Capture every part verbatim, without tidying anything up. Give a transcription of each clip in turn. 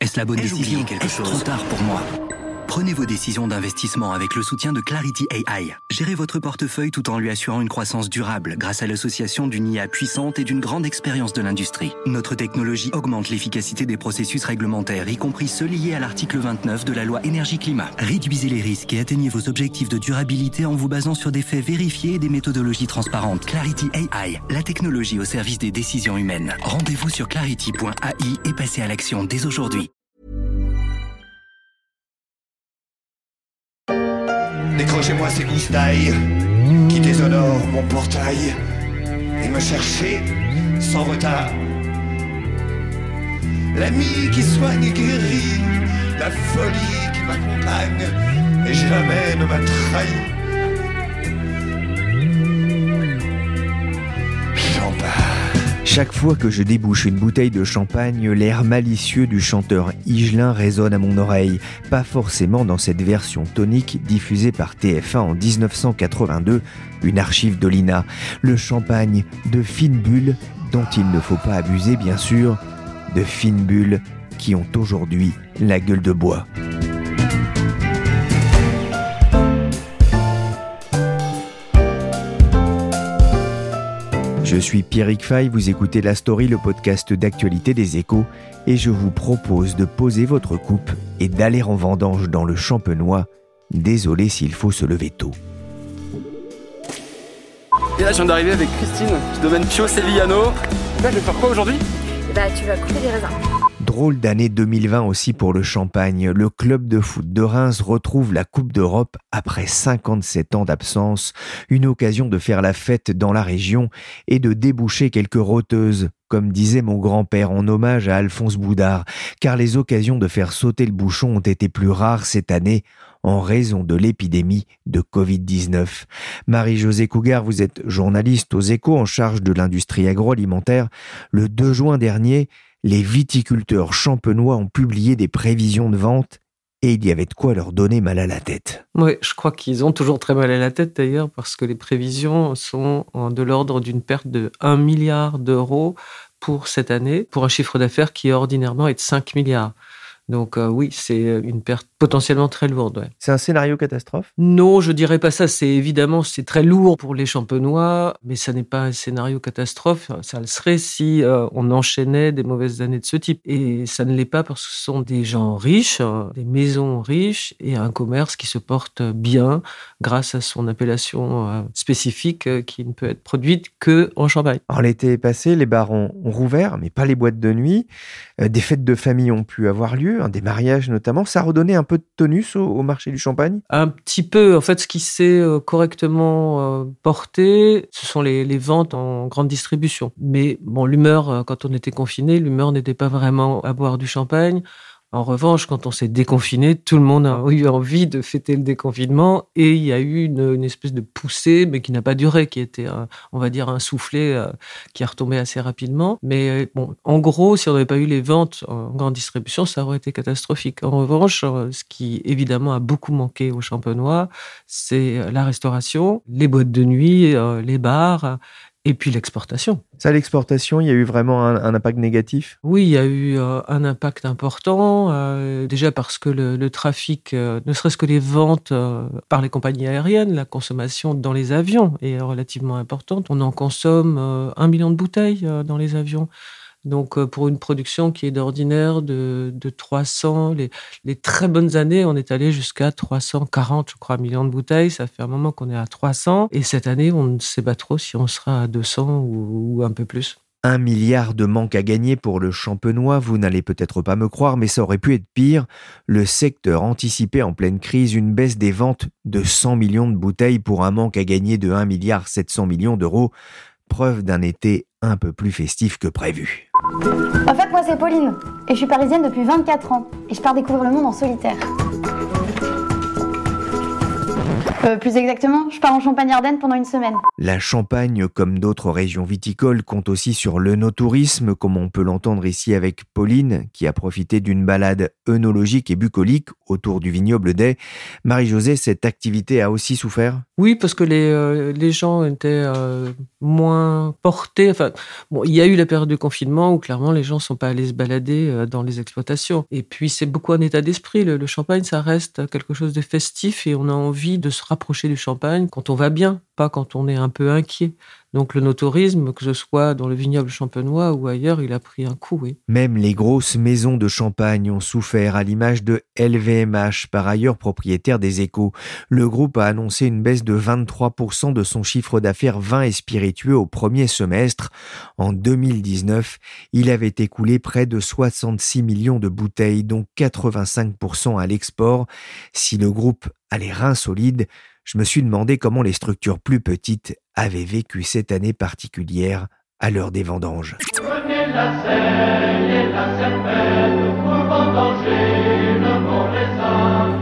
Est-ce la bonne Ai-je décision? oublié quelque Est-ce chose? trop tard pour moi? Prenez vos décisions d'investissement avec le soutien de Clarity A I. Gérez votre portefeuille tout en lui assurant une croissance durable grâce à l'association d'une I A puissante et d'une grande expérience de l'industrie. Notre technologie augmente l'efficacité des processus réglementaires, y compris ceux liés à l'article vingt-neuf de la loi énergie-climat. Réduisez les risques et atteignez vos objectifs de durabilité en vous basant sur des faits vérifiés et des méthodologies transparentes. Clarity A I, la technologie au service des décisions humaines. Rendez-vous sur clarity point A I et passez à l'action dès aujourd'hui. Décrochez-moi ces goustailles qui déshonorent mon portail et me cherchez sans retard. L'ami qui soigne et guérit, la folie qui m'accompagne et jamais ne m'a trahi. Champagne. Chaque fois que je débouche une bouteille de champagne, l'air malicieux du chanteur Higelin résonne à mon oreille. Pas forcément dans cette version tonique diffusée par T F un en dix-neuf cent quatre-vingt-deux, une archive de l'I N A. Le champagne de fines bulles, dont il ne faut pas abuser bien sûr, de fines bulles qui ont aujourd'hui la gueule de bois. Je suis Pierrick Fay, vous écoutez La Story, le podcast d'actualité des Échos, et je vous propose de poser votre coupe et d'aller en vendange dans le Champenois. Désolé s'il faut se lever tôt. Et là, je viens d'arriver avec Christine du domaine Pio Sevillano. Là, je vais faire quoi aujourd'hui? Bah, tu vas couper des raisins. Drôle d'année deux mille vingt aussi pour le Champagne. Le club de foot de Reims retrouve la Coupe d'Europe après cinquante-sept ans d'absence. Une occasion de faire la fête dans la région et de déboucher quelques roteuses, comme disait mon grand-père en hommage à Alphonse Boudard, car les occasions de faire sauter le bouchon ont été plus rares cette année en raison de l'épidémie de covid dix-neuf. Marie-Josée Cougar, vous êtes journaliste aux Échos en charge de l'industrie agroalimentaire. Le deux juin dernier, les viticulteurs champenois ont publié des prévisions de vente et il y avait de quoi leur donner mal à la tête. Oui, je crois qu'ils ont toujours très mal à la tête d'ailleurs parce que les prévisions sont de l'ordre d'une perte de un milliard d'euros pour cette année, pour un chiffre d'affaires qui ordinairement est de cinq milliards. Donc euh, oui, c'est une perte potentiellement très lourde. Ouais. C'est un scénario catastrophe ? Non, je dirais pas ça. C'est évidemment, c'est très lourd pour les Champenois, mais ça n'est pas un scénario catastrophe. Ça le serait si euh, on enchaînait des mauvaises années de ce type. Et ça ne l'est pas parce que ce sont des gens riches, euh, des maisons riches et un commerce qui se porte bien grâce à son appellation euh, spécifique euh, qui ne peut être produite que en Champagne. Alors l'été passé, les bars ont, ont rouvert, mais pas les boîtes de nuit. Euh, des fêtes de famille ont pu avoir lieu, hein, des mariages notamment. Ça a redonné un peu de tonus au, au marché du champagne ? Un petit peu. En fait, ce qui s'est euh, correctement euh, porté, ce sont les, les ventes en grande distribution. Mais bon, l'humeur, euh, quand on était confiné, l'humeur n'était pas vraiment à boire du champagne. En revanche, quand on s'est déconfiné, tout le monde a eu envie de fêter le déconfinement et il y a eu une, une espèce de poussée, mais qui n'a pas duré, qui était, un, on va dire, un soufflet euh, qui est retombé assez rapidement. Mais bon, en gros, si on n'avait pas eu les ventes en grande distribution, ça aurait été catastrophique. En revanche, ce qui évidemment a beaucoup manqué aux Champenois, c'est la restauration, les boîtes de nuit, euh, les bars. Et puis l'exportation. Ça, l'exportation, il y a eu vraiment un, un impact négatif ? Oui, il y a eu euh, un impact important, euh, déjà parce que le, le trafic, euh, ne serait-ce que les ventes euh, par les compagnies aériennes, la consommation dans les avions est relativement importante. On en consomme euh, un million de bouteilles euh, dans les avions. Donc, pour une production qui est d'ordinaire de, de trois cents, les, les très bonnes années, on est allé jusqu'à trois cent quarante, je crois, millions de bouteilles. Ça fait un moment qu'on est à trois cents. Et cette année, on ne sait pas trop si on sera à deux cents ou, ou un peu plus. Un milliard de manque à gagner pour le Champenois, vous n'allez peut-être pas me croire, mais ça aurait pu être pire. Le secteur anticipait en pleine crise une baisse des ventes de cent millions de bouteilles pour un manque à gagner de un milliard sept cents millions d'euros. Preuve d'un été un peu plus festif que prévu. En fait, moi c'est Pauline, et je suis parisienne depuis vingt-quatre ans, et je pars découvrir le monde en solitaire. Euh, plus exactement, je pars en Champagne-Ardenne pendant une semaine. La Champagne, comme d'autres régions viticoles, compte aussi sur l'œnotourisme, comme on peut l'entendre ici avec Pauline, qui a profité d'une balade œnologique et bucolique autour du vignoble d'Ay. Marie-Josée, cette activité a aussi souffert ? Oui, parce que les, euh, les gens étaient euh, moins portés. Enfin, bon, il y a eu la période de confinement où clairement les gens ne sont pas allés se balader euh, dans les exploitations. Et puis c'est beaucoup un état d'esprit. Le, le champagne, ça reste quelque chose de festif et on a envie de se rapprocher du champagne quand on va bien, pas quand on est un peu inquiet. Donc le no-tourisme, que ce soit dans le vignoble champenois ou ailleurs, il a pris un coup, oui. Même les grosses maisons de champagne ont souffert, à l'image de L V M H, par ailleurs propriétaire des Échos. Le groupe a annoncé une baisse de vingt-trois pour cent de son chiffre d'affaires vin et spiritueux au premier semestre. En deux mille dix-neuf, il avait écoulé près de soixante-six millions de bouteilles, dont quatre-vingt-cinq pour cent à l'export. Si le groupe a les reins solides, je me suis demandé comment les structures plus petites avaient vécu cette année particulière à l'heure des vendanges. Prenez la selle et la serpette pour vendanger le bon raisin.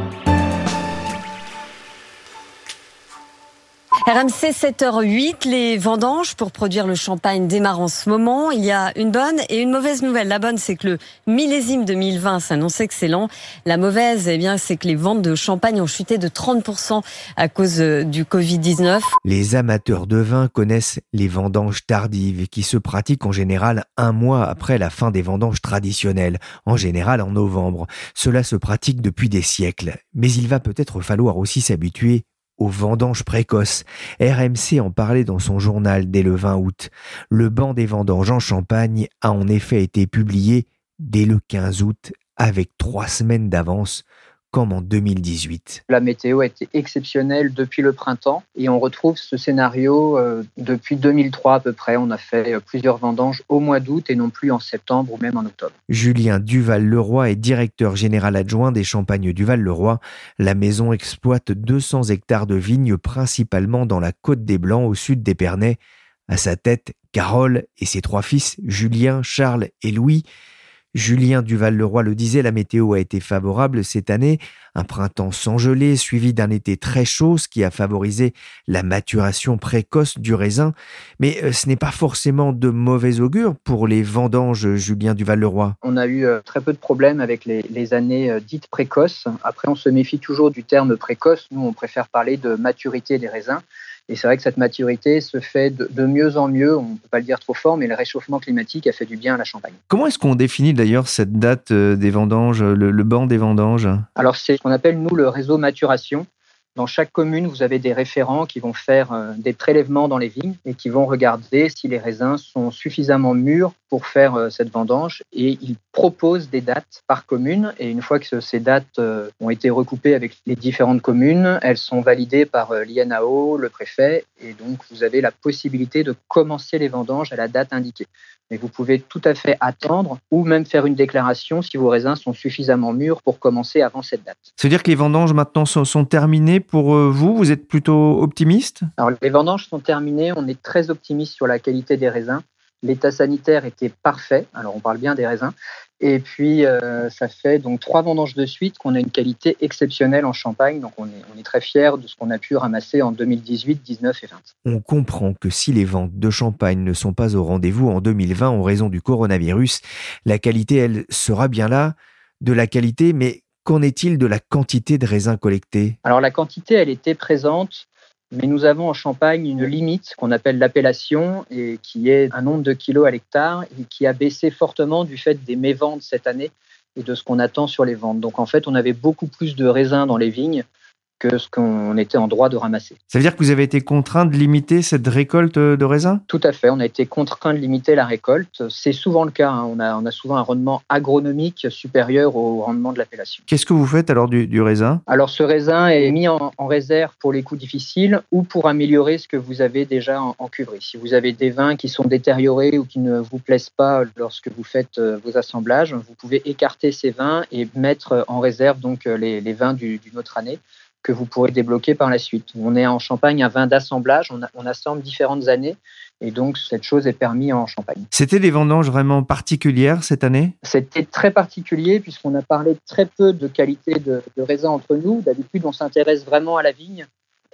R M C sept heures huit, les vendanges pour produire le champagne démarrent en ce moment. Il y a une bonne et une mauvaise nouvelle. La bonne, c'est que le millésime deux mille vingt s'annonce excellent. La mauvaise, eh bien, c'est que les ventes de champagne ont chuté de trente pour cent à cause du covid dix-neuf. Les amateurs de vin connaissent les vendanges tardives qui se pratiquent en général un mois après la fin des vendanges traditionnelles, en général en novembre. Cela se pratique depuis des siècles. Mais il va peut-être falloir aussi s'habituer aux vendanges précoces. R M C en parlait dans son journal dès le vingt août. Le banc des vendanges en Champagne a en effet été publié dès le quinze août avec trois semaines d'avance, comme en deux mille dix-huit. La météo a été exceptionnelle depuis le printemps et on retrouve ce scénario euh, depuis deux mille trois à peu près. On a fait euh, plusieurs vendanges au mois d'août et non plus en septembre ou même en octobre. Julien Duval-Leroy est directeur général adjoint des Champagnes Duval-Leroy. La maison exploite deux cents hectares de vignes, principalement dans la Côte des Blancs, au sud d'Épernay. À sa tête, Carole et ses trois fils, Julien, Charles et Louis. Julien Duval-Leroy le disait, la météo a été favorable cette année. Un printemps sans gelée, suivi d'un été très chaud, ce qui a favorisé la maturation précoce du raisin. Mais ce n'est pas forcément de mauvais augure pour les vendanges, Julien Duval-Leroy. On a eu très peu de problèmes avec les, les années dites précoces. Après, on se méfie toujours du terme précoce. Nous, on préfère parler de maturité des raisins. Et c'est vrai que cette maturité se fait de, de mieux en mieux, on ne peut pas le dire trop fort, mais le réchauffement climatique a fait du bien à la Champagne. Comment est-ce qu'on définit d'ailleurs cette date des vendanges, le, le banc des vendanges ? Alors c'est ce qu'on appelle nous le réseau maturation. Dans chaque commune, vous avez des référents qui vont faire euh, des prélèvements dans les vignes et qui vont regarder si les raisins sont suffisamment mûrs pour faire euh, cette vendange. Et ils proposent des dates par commune. Et une fois que ces dates euh, ont été recoupées avec les différentes communes, elles sont validées par euh, l'I N A O, le préfet. Et donc, vous avez la possibilité de commencer les vendanges à la date indiquée. Mais vous pouvez tout à fait attendre ou même faire une déclaration si vos raisins sont suffisamment mûrs pour commencer avant cette date. Ça veut dire que les vendanges maintenant sont, sont terminées pour vous ? Vous êtes plutôt optimiste ? Alors, les vendanges sont terminées. On est très optimiste sur la qualité des raisins. L'état sanitaire était parfait. Alors, on parle bien des raisins. Et puis, euh, ça fait donc trois vendanges de suite qu'on a une qualité exceptionnelle en Champagne. Donc, on est, on est très fiers de ce qu'on a pu ramasser en deux mille dix-huit, dix-neuf et vingt. On comprend que si les ventes de champagne ne sont pas au rendez-vous en deux mille vingt en raison du coronavirus, la qualité, elle, sera bien là. De la qualité, mais qu'en est-il de la quantité de raisins collectés ? Alors, la quantité, elle était présente. Mais nous avons en Champagne une limite qu'on appelle l'appellation et qui est un nombre de kilos à l'hectare et qui a baissé fortement du fait des méventes cette année et de ce qu'on attend sur les ventes. Donc en fait, on avait beaucoup plus de raisins dans les vignes que ce qu'on était en droit de ramasser. Ça veut dire que vous avez été contraint de limiter cette récolte de raisins ? Tout à fait, on a été contraint de limiter la récolte. C'est souvent le cas, hein. on, a, on a souvent un rendement agronomique supérieur au rendement de l'appellation. Qu'est-ce que vous faites alors du, du raisin ? Alors ce raisin est mis en, en réserve pour les coups difficiles ou pour améliorer ce que vous avez déjà en, en cuverie. Si vous avez des vins qui sont détériorés ou qui ne vous plaisent pas lorsque vous faites vos assemblages, vous pouvez écarter ces vins et mettre en réserve donc les, les vins du, d'une autre année que vous pourrez débloquer par la suite. On est en Champagne un vin d'assemblage, on, a, on assemble différentes années et donc cette chose est permise en Champagne. C'était des vendanges vraiment particulières cette année ? C'était très particulier puisqu'on a parlé très peu de qualité de, de raisin entre nous. D'habitude, on s'intéresse vraiment à la vigne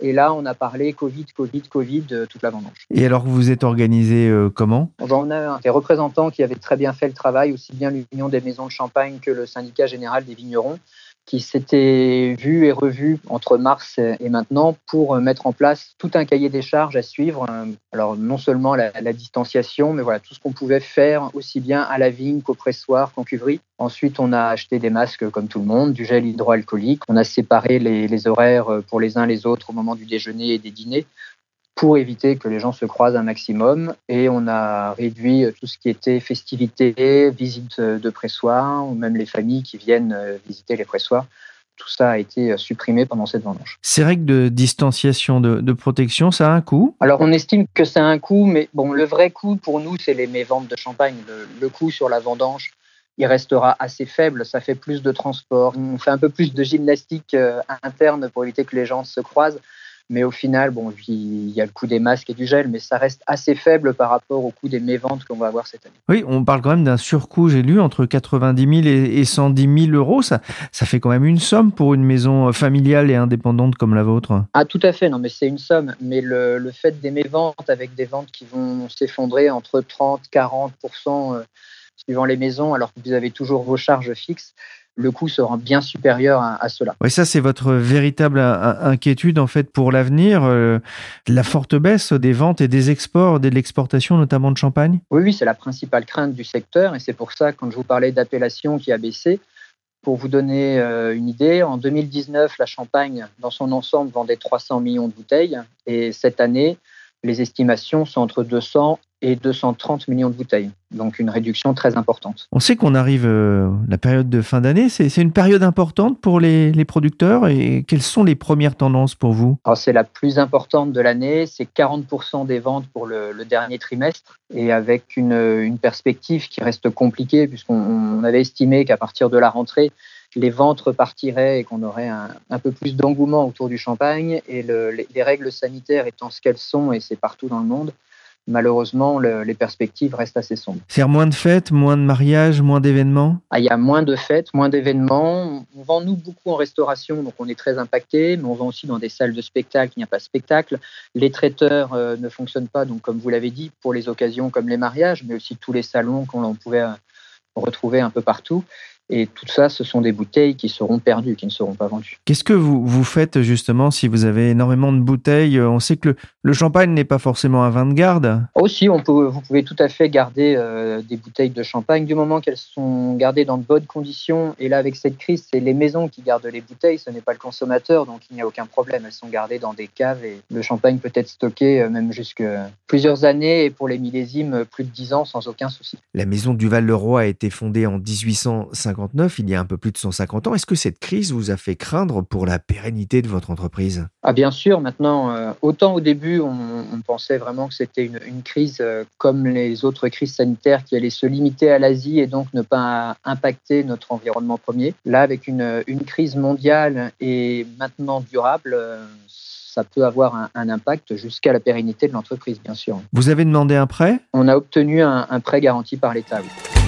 Et là, on a parlé Covid, Covid, Covid, euh, toute la vendange. Et alors, vous vous êtes organisé euh, comment ? On a des représentants qui avaient très bien fait le travail, aussi bien l'Union des maisons de champagne que le syndicat général des vignerons, qui s'étaient vus et revus entre mars et maintenant pour mettre en place tout un cahier des charges à suivre. Alors non seulement la, la distanciation, mais voilà tout ce qu'on pouvait faire aussi bien à la vigne qu'au pressoir, qu'en cuverie. Ensuite, on a acheté des masques comme tout le monde, du gel hydroalcoolique. On a séparé les, les horaires pour les uns les autres au moment du déjeuner et des dîners, pour éviter que les gens se croisent un maximum. Et on a réduit tout ce qui était festivités, visites de pressoir, ou même les familles qui viennent visiter les pressoirs. Tout ça a été supprimé pendant cette vendange. Ces règles de distanciation, de, de protection, ça a un coût ? Alors, on estime que ça a un coût, mais bon, le vrai coût pour nous, c'est les méventes de champagne. Le, le coût sur la vendange, il restera assez faible. Ça fait plus de transport. On fait un peu plus de gymnastique euh, interne pour éviter que les gens se croisent. Mais au final, bon, il y a le coût des masques et du gel, mais ça reste assez faible par rapport au coût des méventes qu'on va avoir cette année. Oui, on parle quand même d'un surcoût, j'ai lu, entre quatre-vingt-dix mille et cent dix mille euros. Ça, ça fait quand même une somme pour une maison familiale et indépendante comme la vôtre. Ah, tout à fait. Non, mais c'est une somme. Mais le, le fait des méventes avec des ventes qui vont s'effondrer entre trente à quarante pour cent euh, suivant les maisons, alors que vous avez toujours vos charges fixes, le coût sera bien supérieur à, à cela. Oui, ça, c'est votre véritable inquiétude en fait pour l'avenir, euh, la forte baisse des ventes et des exports, de l'exportation notamment de champagne. Oui, oui, c'est la principale crainte du secteur et c'est pour ça, quand je vous parlais d'appellation qui a baissé, pour vous donner euh, une idée, en deux mille dix-neuf, la Champagne, dans son ensemble, vendait trois cents millions de bouteilles et cette année, les estimations sont entre deux cents et deux cent trente millions de bouteilles. Donc une réduction très importante. On sait qu'on arrive euh, la période de fin d'année. C'est, c'est une période importante pour les, les producteurs. Et quelles sont les premières tendances pour vous ? Alors c'est la plus importante de l'année. C'est quarante pour cent des ventes pour le, le dernier trimestre. Et avec une, une perspective qui reste compliquée puisqu'on on avait estimé qu'à partir de la rentrée, les ventes repartiraient et qu'on aurait un, un peu plus d'engouement autour du champagne. Et le, les, les règles sanitaires étant ce qu'elles sont, et c'est partout dans le monde, malheureusement, le, les perspectives restent assez sombres. C'est-à-dire moins de fêtes, moins de mariages, moins d'événements ? Ah, il y a moins de fêtes, moins d'événements. On vend, nous, beaucoup en restauration, donc on est très impacté, mais on vend aussi dans des salles de spectacle, il n'y a pas de spectacle. Les traiteurs euh, ne fonctionnent pas, donc comme vous l'avez dit, pour les occasions comme les mariages, mais aussi tous les salons qu'on pouvait euh, retrouver un peu partout. Et tout ça, ce sont des bouteilles qui seront perdues, qui ne seront pas vendues. Qu'est-ce que vous, vous faites justement si vous avez énormément de bouteilles ? On sait que le, le champagne n'est pas forcément un vin de garde. Aussi, on peut, vous pouvez tout à fait garder euh, des bouteilles de champagne du moment qu'elles sont gardées dans de bonnes conditions. Et là, avec cette crise, c'est les maisons qui gardent les bouteilles, ce n'est pas le consommateur, donc il n'y a aucun problème. Elles sont gardées dans des caves et le champagne peut être stocké euh, même jusque plusieurs années et pour les millésimes, plus de dix ans sans aucun souci. La maison du Val-le-Roi a été fondée en dix-huit cent cinquante-neuf, il y a un peu plus de cent cinquante ans. Est-ce que cette crise vous a fait craindre pour la pérennité de votre entreprise ? Ah bien sûr, maintenant, euh, autant au début, on, on pensait vraiment que c'était une, une crise euh, comme les autres crises sanitaires qui allait se limiter à l'Asie et donc ne pas impacter notre environnement premier. Là, avec une, une crise mondiale et maintenant durable, euh, ça peut avoir un, un impact jusqu'à la pérennité de l'entreprise, bien sûr. Vous avez demandé un prêt ? On a obtenu un, un prêt garanti par l'État, oui.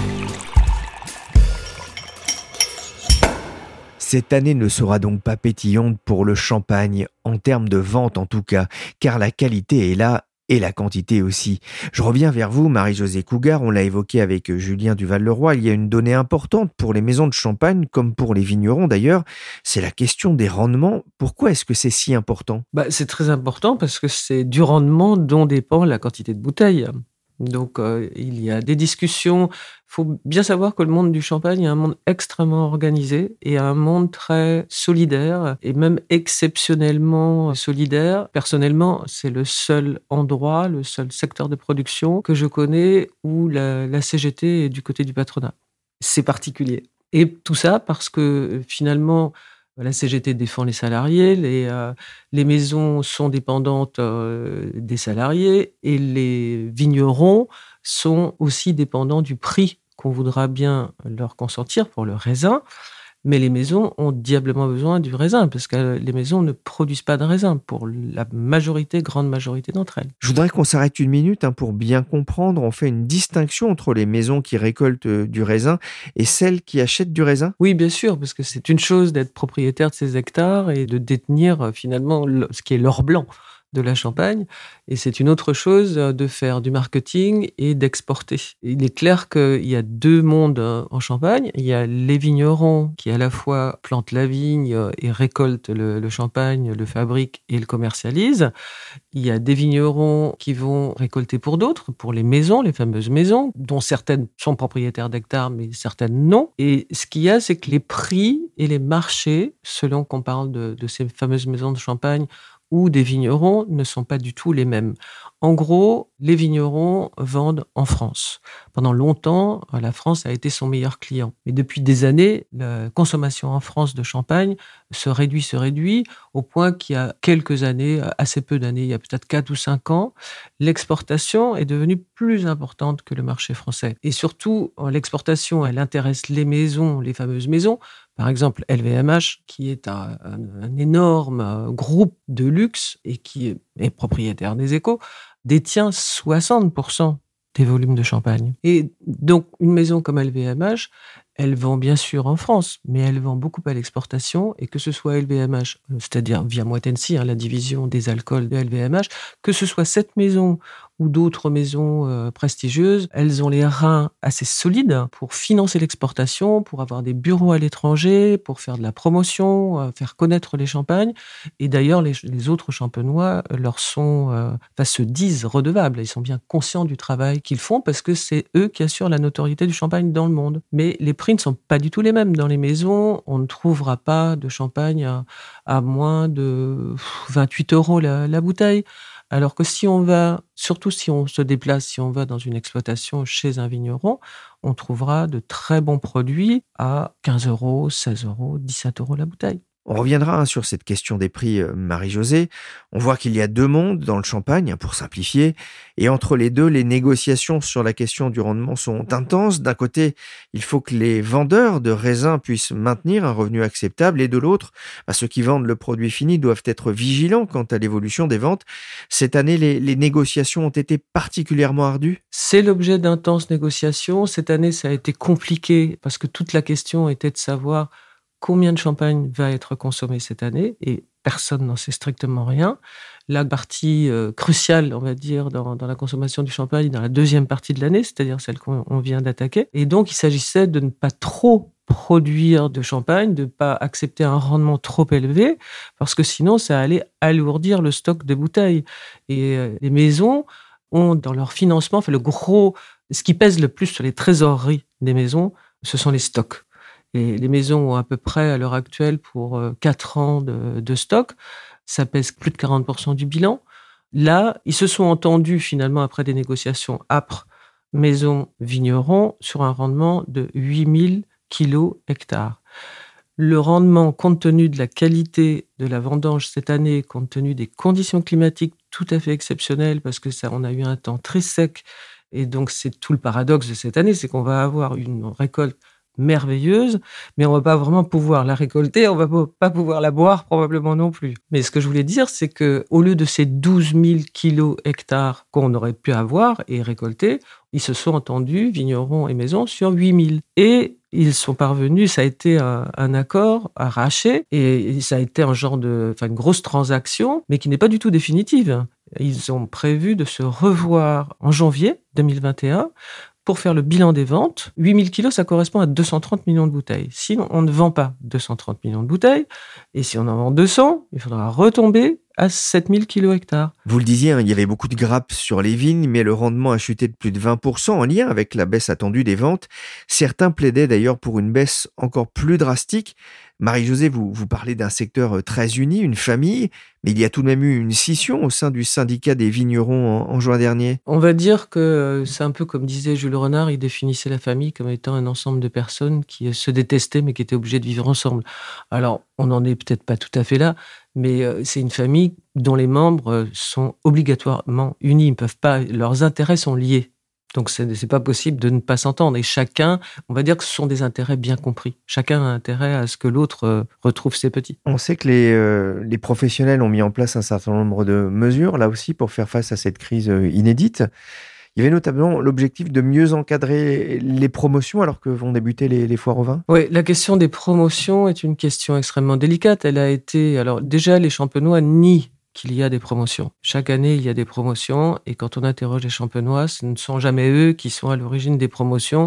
Cette année ne sera donc pas pétillante pour le champagne, en termes de vente en tout cas, car la qualité est là et la quantité aussi. Je reviens vers vous, Marie-Josée Cougar, on l'a évoqué avec Julien du Val-le-Roi, il y a une donnée importante pour les maisons de champagne, comme pour les vignerons d'ailleurs, c'est la question des rendements. Pourquoi est-ce que c'est si important ? Bah, c'est très important parce que c'est du rendement dont dépend la quantité de bouteilles. Donc, euh, il y a des discussions. Il faut bien savoir que le monde du champagne est un monde extrêmement organisé et un monde très solidaire et même exceptionnellement solidaire. Personnellement, c'est le seul endroit, le seul secteur de production que je connais où la, la C G T est du côté du patronat. C'est particulier. Et tout ça parce que finalement, la C G T défend les salariés, les, euh, les maisons sont dépendantes euh, des salariés et les vignerons sont aussi dépendants du prix qu'on voudra bien leur consentir pour le raisin. Mais les maisons ont diablement besoin du raisin, parce que les maisons ne produisent pas de raisin pour la majorité, grande majorité d'entre elles. Je voudrais qu'on s'arrête une minute hein, pour bien comprendre. On fait une distinction entre les maisons qui récoltent euh, du raisin et celles qui achètent du raisin? Oui, bien sûr, parce que c'est une chose d'être propriétaire de ces hectares et de détenir euh, finalement le, ce qui est l'or blanc de la Champagne, et c'est une autre chose de faire du marketing et d'exporter. Il est clair qu'il y a deux mondes en Champagne. Il y a les vignerons qui à la fois plantent la vigne et récoltent le, le champagne, le fabriquent et le commercialisent. Il y a des vignerons qui vont récolter pour d'autres, pour les maisons, les fameuses maisons, dont certaines sont propriétaires d'hectares, mais certaines non. Et ce qu'il y a, c'est que les prix et les marchés, selon qu'on parle de, de ces fameuses maisons de Champagne, ou des vignerons ne sont pas du tout les mêmes. En gros, les vignerons vendent en France. Pendant longtemps, la France a été son meilleur client. Mais depuis des années, la consommation en France de champagne se réduit, se réduit, au point qu'il y a quelques années, assez peu d'années, il y a peut-être quatre ou cinq ans, l'exportation est devenue plus importante que le marché français. Et surtout, l'exportation, elle intéresse les maisons, les fameuses maisons. Par exemple, L V M H, qui est un, un, un énorme groupe de luxe et qui est, est propriétaire des Échos, détient soixante pour cent des volumes de champagne. Et donc, une maison comme L V M H, elle vend bien sûr en France, mais elle vend beaucoup à l'exportation, et que ce soit L V M H, c'est-à-dire via Moët Hennessy, hein, la division des alcools de L V M H, que ce soit cette maison ou d'autres maisons euh, prestigieuses, elles ont les reins assez solides pour financer l'exportation, pour avoir des bureaux à l'étranger, pour faire de la promotion, euh, faire connaître les champagnes. Et d'ailleurs, les, les autres champenois leur sont, euh, enfin, se disent redevables. Ils sont bien conscients du travail qu'ils font parce que c'est eux qui assurent la notoriété du champagne dans le monde. Mais les prix ne sont pas du tout les mêmes. Dans les maisons, on ne trouvera pas de champagne à, à moins de vingt-huit euros la, la bouteille. Alors que si on va, surtout si on se déplace, si on va dans une exploitation chez un vigneron, on trouvera de très bons produits à quinze euros, seize euros, dix-sept euros la bouteille. On reviendra hein, sur cette question des prix, euh, Marie-Josée. On voit qu'il y a deux mondes dans le champagne, pour simplifier, et entre les deux, les négociations sur la question du rendement sont intenses. D'un côté, il faut que les vendeurs de raisins puissent maintenir un revenu acceptable, et de l'autre, bah, ceux qui vendent le produit fini doivent être vigilants quant à l'évolution des ventes. Cette année, les, les négociations ont été particulièrement ardues. C'est l'objet d'intenses négociations. Cette année, ça a été compliqué parce que toute la question était de savoir combien de champagne va être consommé cette année, et personne n'en sait strictement rien. La partie euh, cruciale, on va dire, dans, dans la consommation du champagne, dans la deuxième partie de l'année, c'est-à-dire celle qu'on on vient d'attaquer. Et donc, il s'agissait de ne pas trop produire de champagne, de ne pas accepter un rendement trop élevé, parce que sinon, ça allait alourdir le stock de bouteilles. Et euh, les maisons ont, dans leur financement, fait le gros... Ce qui pèse le plus sur les trésoreries des maisons, ce sont les stocks. Et les maisons ont à peu près, à l'heure actuelle, pour quatre ans de, de stock. Ça pèse plus de quarante pour cent du bilan. Là, ils se sont entendus, finalement, après des négociations âpres, maisons vignerons, sur un rendement de huit mille kilos hectares. Le rendement, compte tenu de la qualité de la vendange cette année, compte tenu des conditions climatiques tout à fait exceptionnelles, parce que ça, on a eu un temps très sec, et donc c'est tout le paradoxe de cette année, c'est qu'on va avoir une récolte merveilleuse, mais on va pas vraiment pouvoir la récolter, on va pas pouvoir la boire probablement non plus. Mais ce que je voulais dire, c'est que au lieu de ces douze mille kilos hectares qu'on aurait pu avoir et récolter, ils se sont entendus, vignerons et maisons, sur huit mille. Et ils sont parvenus, ça a été un, un accord arraché, et ça a été un genre de, enfin une grosse transaction, mais qui n'est pas du tout définitive. Ils ont prévu de se revoir en janvier deux mille vingt et un pour faire le bilan des ventes. huit mille kilos, ça correspond à deux cent trente millions de bouteilles. Si on ne vend pas deux cent trente millions de bouteilles, et si on en vend deux cents, il faudra retomber à sept mille kilos hectares. Vous le disiez, hein, il y avait beaucoup de grappes sur les vignes, mais le rendement a chuté de plus de vingt pour cent en lien avec la baisse attendue des ventes. Certains plaidaient d'ailleurs pour une baisse encore plus drastique. Marie-Josée, vous, vous parlez d'un secteur très uni, une famille, mais il y a tout de même eu une scission au sein du syndicat des vignerons en, en juin dernier. On va dire que c'est un peu comme disait Jules Renard, il définissait la famille comme étant un ensemble de personnes qui se détestaient mais qui étaient obligées de vivre ensemble. Alors, on n'en est peut-être pas tout à fait là, mais c'est une famille dont les membres sont obligatoirement unis. Ils peuvent pas, leurs intérêts sont liés. Donc, c'est, c'est pas possible de ne pas s'entendre. Et chacun, on va dire que ce sont des intérêts bien compris. Chacun a intérêt à ce que l'autre euh, retrouve ses petits. On sait que les, euh, les professionnels ont mis en place un certain nombre de mesures, là aussi, pour faire face à cette crise euh, inédite. Il y avait notamment l'objectif de mieux encadrer les promotions alors que vont débuter les, les foires au vin. Oui, la question des promotions est une question extrêmement délicate. Elle a été... Alors, déjà, les champenois nient qu'il y a des promotions. Chaque année, il y a des promotions, et quand on interroge les champenois, ce ne sont jamais eux qui sont à l'origine des promotions.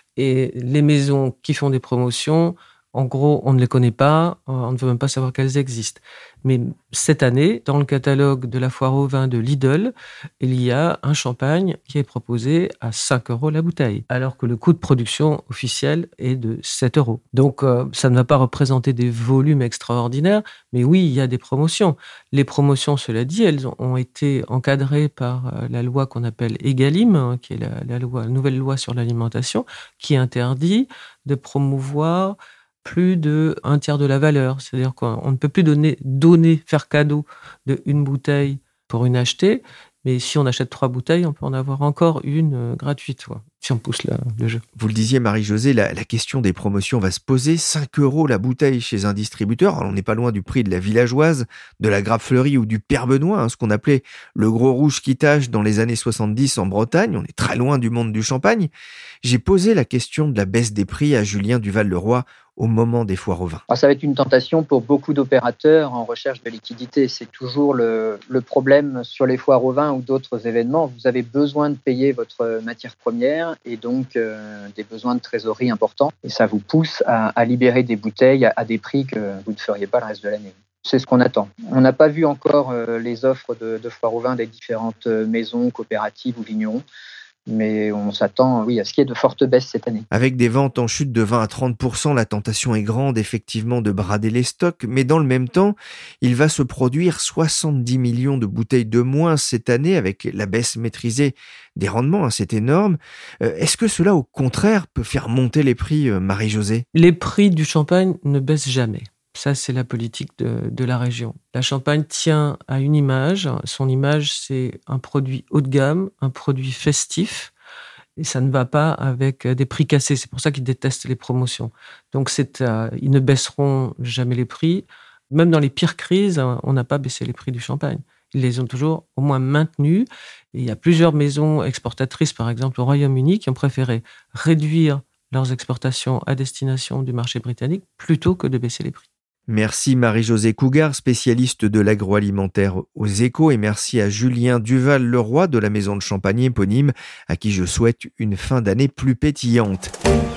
Et les maisons qui font des promotions, en gros, on ne les connaît pas, on ne veut même pas savoir qu'elles existent. Mais cette année, dans le catalogue de la foire au vin de Lidl, il y a un champagne qui est proposé à cinq euros la bouteille, alors que le coût de production officiel est de sept euros. Donc, euh, ça ne va pas représenter des volumes extraordinaires, mais oui, il y a des promotions. Les promotions, cela dit, elles ont été encadrées par la loi qu'on appelle Egalim, hein, qui est la, la, loi, la nouvelle loi sur l'alimentation, qui interdit de promouvoir plus de un tiers de la valeur. C'est-à-dire qu'on ne peut plus donner, donner, faire cadeau de une bouteille pour une achetée, mais si on achète trois bouteilles, on peut en avoir encore une euh, gratuite, quoi, si on pousse la, le jeu. Vous le disiez, Marie-Josée, la, la question des promotions va se poser. cinq euros la bouteille chez un distributeur. Alors, on n'est pas loin du prix de la villageoise, de la grappe fleurie ou du père Benoît, hein, ce qu'on appelait le gros rouge qui tâche dans les années soixante-dix en Bretagne. On est très loin du monde du champagne. J'ai posé la question de la baisse des prix à Julien Duval-Leroy au moment des foires au vin. Alors ça va être une tentation pour beaucoup d'opérateurs en recherche de liquidité. C'est toujours le, le problème sur les foires au vin ou d'autres événements. Vous avez besoin de payer votre matière première et donc euh, des besoins de trésorerie importants. Et ça vous pousse à, à libérer des bouteilles à, à des prix que vous ne feriez pas le reste de l'année. C'est ce qu'on attend. On n'a pas vu encore euh, les offres de, de foires au vin des différentes maisons, coopératives ou vignerons. Mais on s'attend, oui, à ce qu'il y ait de fortes baisses cette année. Avec des ventes en chute de vingt à trente pour cent, la tentation est grande, effectivement, de brader les stocks. Mais dans le même temps, il va se produire soixante-dix millions de bouteilles de moins cette année avec la baisse maîtrisée des rendements. Hein, c'est énorme. Euh, est-ce que cela, au contraire, peut faire monter les prix, euh, Marie-Josée ? Les prix du champagne ne baissent jamais. Ça, c'est la politique de, de la région. La Champagne tient à une image. Son image, c'est un produit haut de gamme, un produit festif. Et ça ne va pas avec des prix cassés. C'est pour ça qu'ils détestent les promotions. Donc, c'est, euh, ils ne baisseront jamais les prix. Même dans les pires crises, on n'a pas baissé les prix du champagne. Ils les ont toujours au moins maintenus. Et il y a plusieurs maisons exportatrices, par exemple au Royaume-Uni, qui ont préféré réduire leurs exportations à destination du marché britannique plutôt que de baisser les prix. Merci Marie-Josée Cougar, spécialiste de l'agroalimentaire aux Échos, et merci à Julien Duval-Leroy de la maison de champagne éponyme, à qui je souhaite une fin d'année plus pétillante.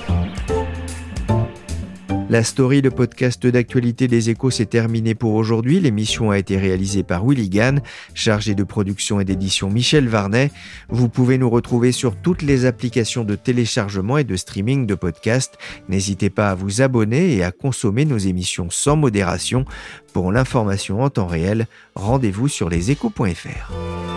La story, le podcast d'actualité des Échos, s'est terminé pour aujourd'hui. L'émission a été réalisée par Willy Gann, chargé de production et d'édition Michel Varnet. Vous pouvez nous retrouver sur toutes les applications de téléchargement et de streaming de podcasts. N'hésitez pas à vous abonner et à consommer nos émissions sans modération. Pour l'information en temps réel, rendez-vous sur leséchos point f r.